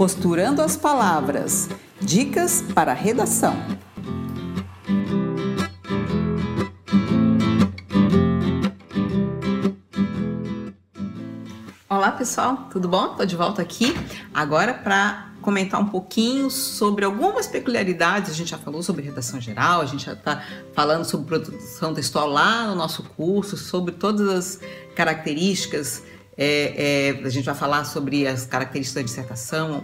Costurando as palavras. Dicas para a redação. Olá pessoal, tudo bom? Estou de volta aqui agora para comentar um pouquinho sobre algumas peculiaridades. A gente já falou sobre redação geral, a gente já está falando sobre produção textual lá no nosso curso, sobre todas as características. A gente vai falar sobre as características da dissertação,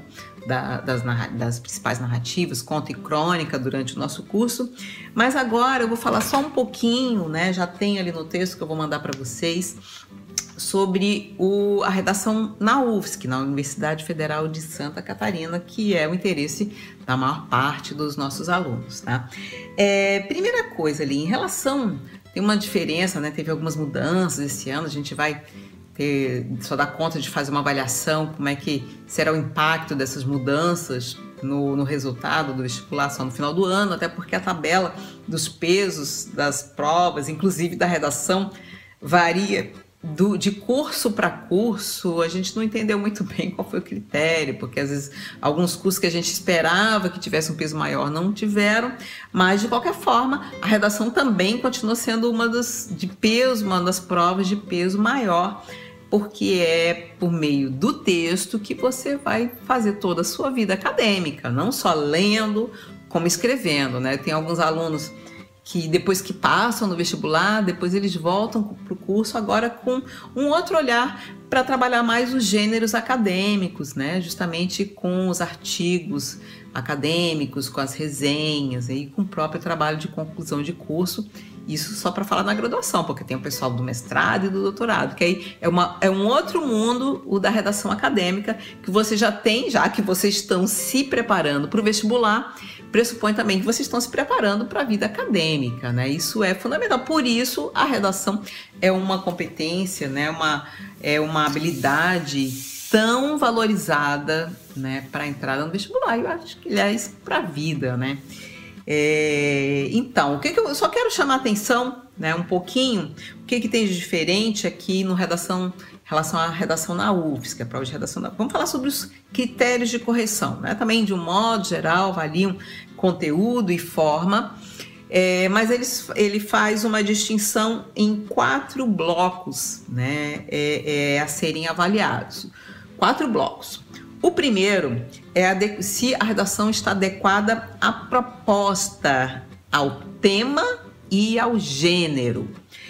das principais narrativas, conto e crônica durante o nosso curso. Mas agora eu vou falar só um pouquinho, né? Já tem ali no texto que eu vou mandar para vocês, sobre a redação na UFSC, na Universidade Federal de Santa Catarina, que é o interesse da maior parte dos nossos alunos, tá? Primeira coisa ali, em relação, tem uma diferença, né? Teve algumas mudanças esse ano, a gente vai só dar conta de fazer uma avaliação, como é que será o impacto dessas mudanças no resultado do vestibular só no final do ano, até porque a tabela dos pesos das provas, inclusive da redação, varia de curso para curso. A gente não entendeu muito bem qual foi o critério, porque às vezes alguns cursos que a gente esperava que tivesse um peso maior não tiveram, mas de qualquer forma a redação também continua sendo uma das provas de peso maior, porque é por meio do texto que você vai fazer toda a sua vida acadêmica, não só lendo como escrevendo, né? Tem alguns alunos que depois que passam no vestibular, depois eles voltam para o curso agora com um outro olhar para trabalhar mais os gêneros acadêmicos, né? Justamente com os artigos acadêmicos, com as resenhas e com o próprio trabalho de conclusão de curso. Isso só para falar na graduação, porque tem o pessoal do mestrado e do doutorado, que aí é um outro mundo, o da redação acadêmica, que você já tem, já que vocês estão se preparando para o vestibular, pressupõe também que vocês estão se preparando para a vida acadêmica, né? Isso é fundamental. Por isso, a redação é uma competência, né? É uma habilidade tão valorizada, né? Para a entrada no vestibular. Eu acho que, aliás, para a vida, né? Então, o que eu só quero chamar a atenção, né? Um pouquinho, o que tem de diferente aqui no relação à redação na UFSC, a prova de redação Vamos falar sobre os critérios de correção, né? Também, de um modo geral, avaliam conteúdo e forma, mas ele faz uma distinção em 4 blocos, né? A serem avaliados. 4 blocos. O primeiro é se a redação está adequada à proposta, ao tema e ao gênero.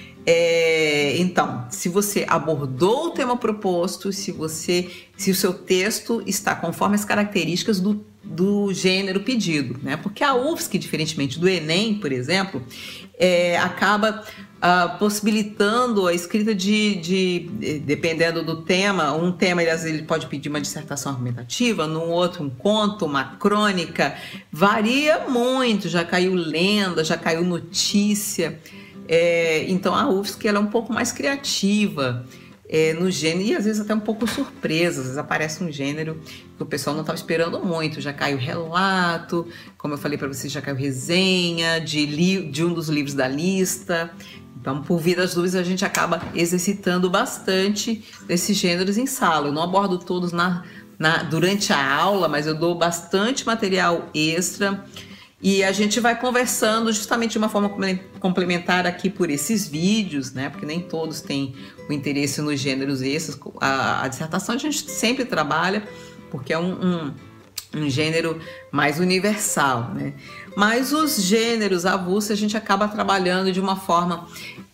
Então, se você abordou o tema proposto, se o seu texto está conforme as características do gênero pedido, né? Porque a UFSC, diferentemente do Enem, por exemplo, acaba possibilitando a escrita dependendo do tema. Um tema ele pode pedir uma dissertação argumentativa, no outro um conto, uma crônica, varia muito, já caiu lenda, já caiu notícia. Então a UFSC ela é um pouco mais criativa no gênero, e às vezes até um pouco surpresa. Às vezes aparece um gênero que o pessoal não estava esperando muito. Já caiu relato, como eu falei para vocês, já caiu resenha de um dos livros da lista. Então, por via das dúvidas, a gente acaba exercitando bastante desses gêneros em sala. Eu não abordo todos durante a aula, mas eu dou bastante material extra. E a gente vai conversando justamente de uma forma complementar aqui por esses vídeos, né? Porque nem todos têm o interesse nos gêneros esses. A dissertação a gente sempre trabalha, porque é um gênero mais universal, né? Mas os gêneros avulsos a gente acaba trabalhando de uma forma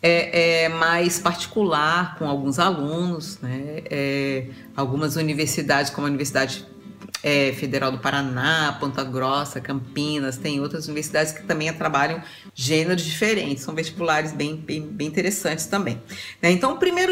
mais particular com alguns alunos, né? Algumas universidades, como a Universidade Federal do Paraná, Ponta Grossa, Campinas, tem outras universidades que também trabalham gêneros diferentes, são vestibulares bem interessantes também, né? Então, o primeiro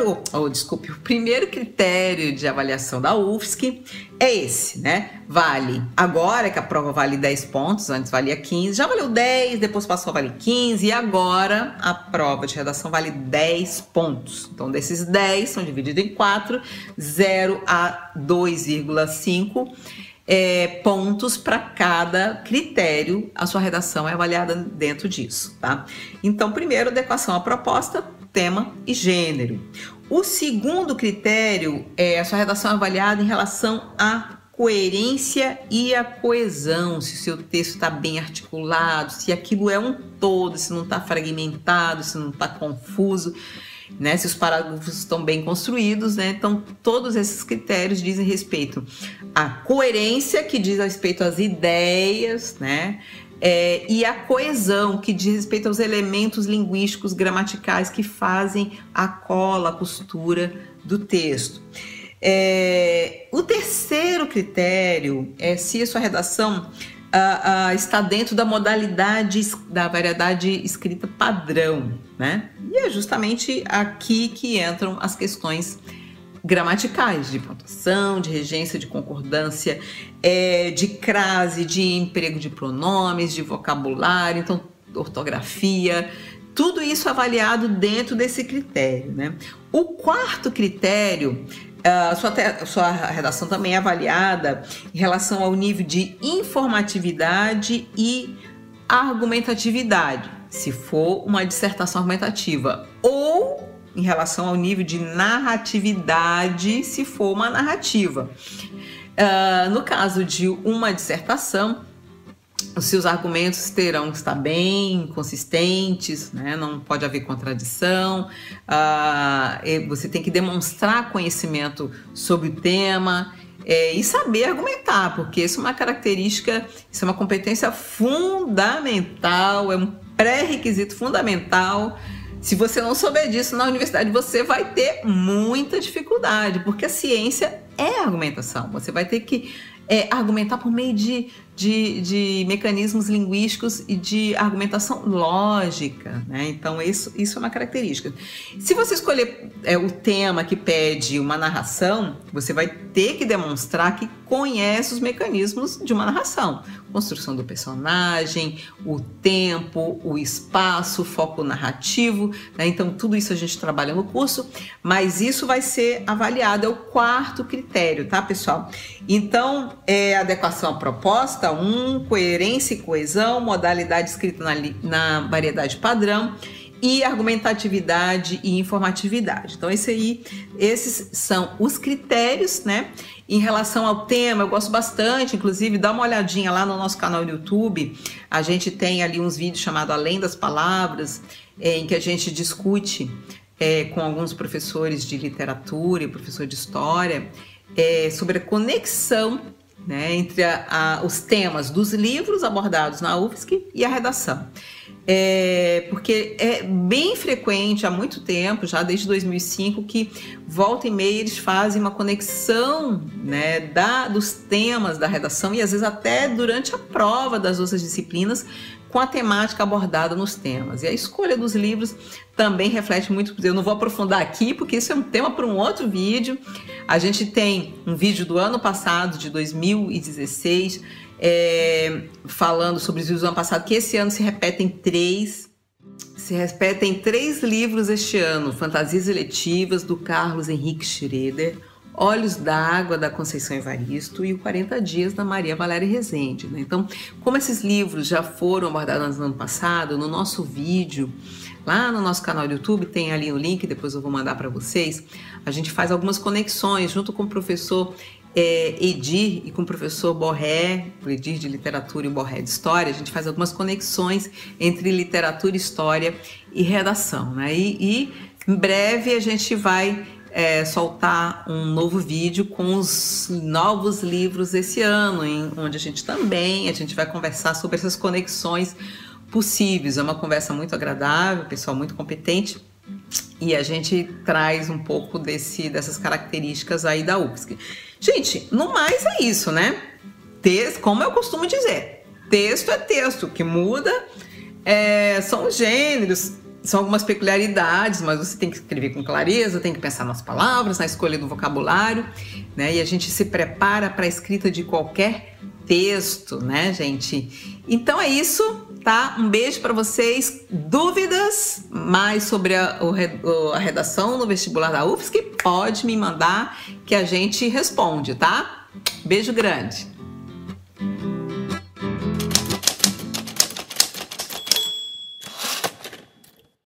o primeiro critério de avaliação da UFSC é esse, né? Vale, agora que a prova vale 10 pontos, antes valia 15, já valeu 10, depois passou a valer 15, e agora a prova de redação vale 10 pontos. Então, desses 10 são divididos em 4, 0 a 2,5 pontos para cada critério. A sua redação é avaliada dentro disso, tá? Então, primeiro, adequação à proposta, tema e gênero. O segundo critério é a sua redação avaliada em relação à coerência e a coesão, se o seu texto está bem articulado, se aquilo é um todo, se não está fragmentado, se não está confuso, né? Se os parágrafos estão bem construídos, né? Então, todos esses critérios dizem respeito à coerência, que diz respeito às ideias, né? E a coesão, que diz respeito aos elementos linguísticos gramaticais que fazem a cola, a costura do texto. O terceiro critério é se a sua redação está dentro da modalidade da variedade escrita padrão, né? E é justamente aqui que entram as questões gramaticais, de pontuação, de regência, de concordância, de crase, de emprego de pronomes, de vocabulário, então ortografia, tudo isso avaliado dentro desse critério, né? O quarto critério, sua redação também é avaliada em relação ao nível de informatividade e argumentatividade, se for uma dissertação argumentativa, ou em relação ao nível de narratividade, se for uma narrativa. No caso de uma dissertação, os seus argumentos terão que estar bem consistentes, né? Não pode haver contradição, você tem que demonstrar conhecimento sobre o tema e saber argumentar, porque isso é uma característica, isso é uma competência fundamental, é um pré-requisito fundamental. Se você não souber disso na universidade, você vai ter muita dificuldade, porque a ciência é argumentação. Você vai ter que argumentar por meio de mecanismos linguísticos e de argumentação lógica, né? Então, isso é uma característica. Se você escolher o tema que pede uma narração, você vai ter que demonstrar que conhece os mecanismos de uma narração. Construção do personagem, o tempo, o espaço, o foco narrativo, né? Então, tudo isso a gente trabalha no curso, mas isso vai ser avaliado, é o quarto critério, tá, pessoal? Então, adequação à proposta, coerência e coesão, modalidade escrita na variedade padrão e argumentatividade e informatividade. Então, esses são os critérios, né? Em relação ao tema, eu gosto bastante, inclusive, dá uma olhadinha lá no nosso canal no YouTube, a gente tem ali uns vídeos chamados Além das Palavras, em que a gente discute com alguns professores de literatura e professor de história sobre a conexão, né, entre os temas dos livros abordados na UFSC e a redação. Porque é bem frequente há muito tempo, já desde 2005, que volta e meia eles fazem uma conexão, né, dos temas da redação e às vezes até durante a prova das outras disciplinas com a temática abordada nos temas. E a escolha dos livros também reflete muito. Eu não vou aprofundar aqui, porque isso é um tema para um outro vídeo. A gente tem um vídeo do ano passado, de 2016, falando sobre os livros do ano passado, que esse ano se repetem três livros este ano: Fantasias Eletivas, do Carlos Henrique Schroeder, Olhos d'Água, da Conceição Evaristo, e o 40 Dias, da Maria Valéria Rezende, né? Então, como esses livros já foram abordados no ano passado, no nosso vídeo, lá no nosso canal do YouTube, tem ali o link, depois eu vou mandar para vocês, a gente faz algumas conexões junto com o professor Edir e com o professor Borré, o Edir de Literatura e o Borré de História. A gente faz algumas conexões entre literatura, história e redação, né? E em breve a gente vai soltar um novo vídeo com os novos livros esse ano, onde a gente vai conversar sobre essas conexões possíveis. É uma conversa muito agradável, pessoal muito competente, e a gente traz um pouco dessas características aí da UFSC. Gente, no mais é isso, né? Como eu costumo dizer, texto é texto, o que muda são os gêneros, são algumas peculiaridades, mas você tem que escrever com clareza, tem que pensar nas palavras, na escolha do vocabulário, né? E a gente se prepara para a escrita de qualquer texto, né, gente? Então é isso, tá? Um beijo para vocês. Dúvidas mais sobre a redação no vestibular da UFSC, pode me mandar que a gente responde, tá? Beijo grande.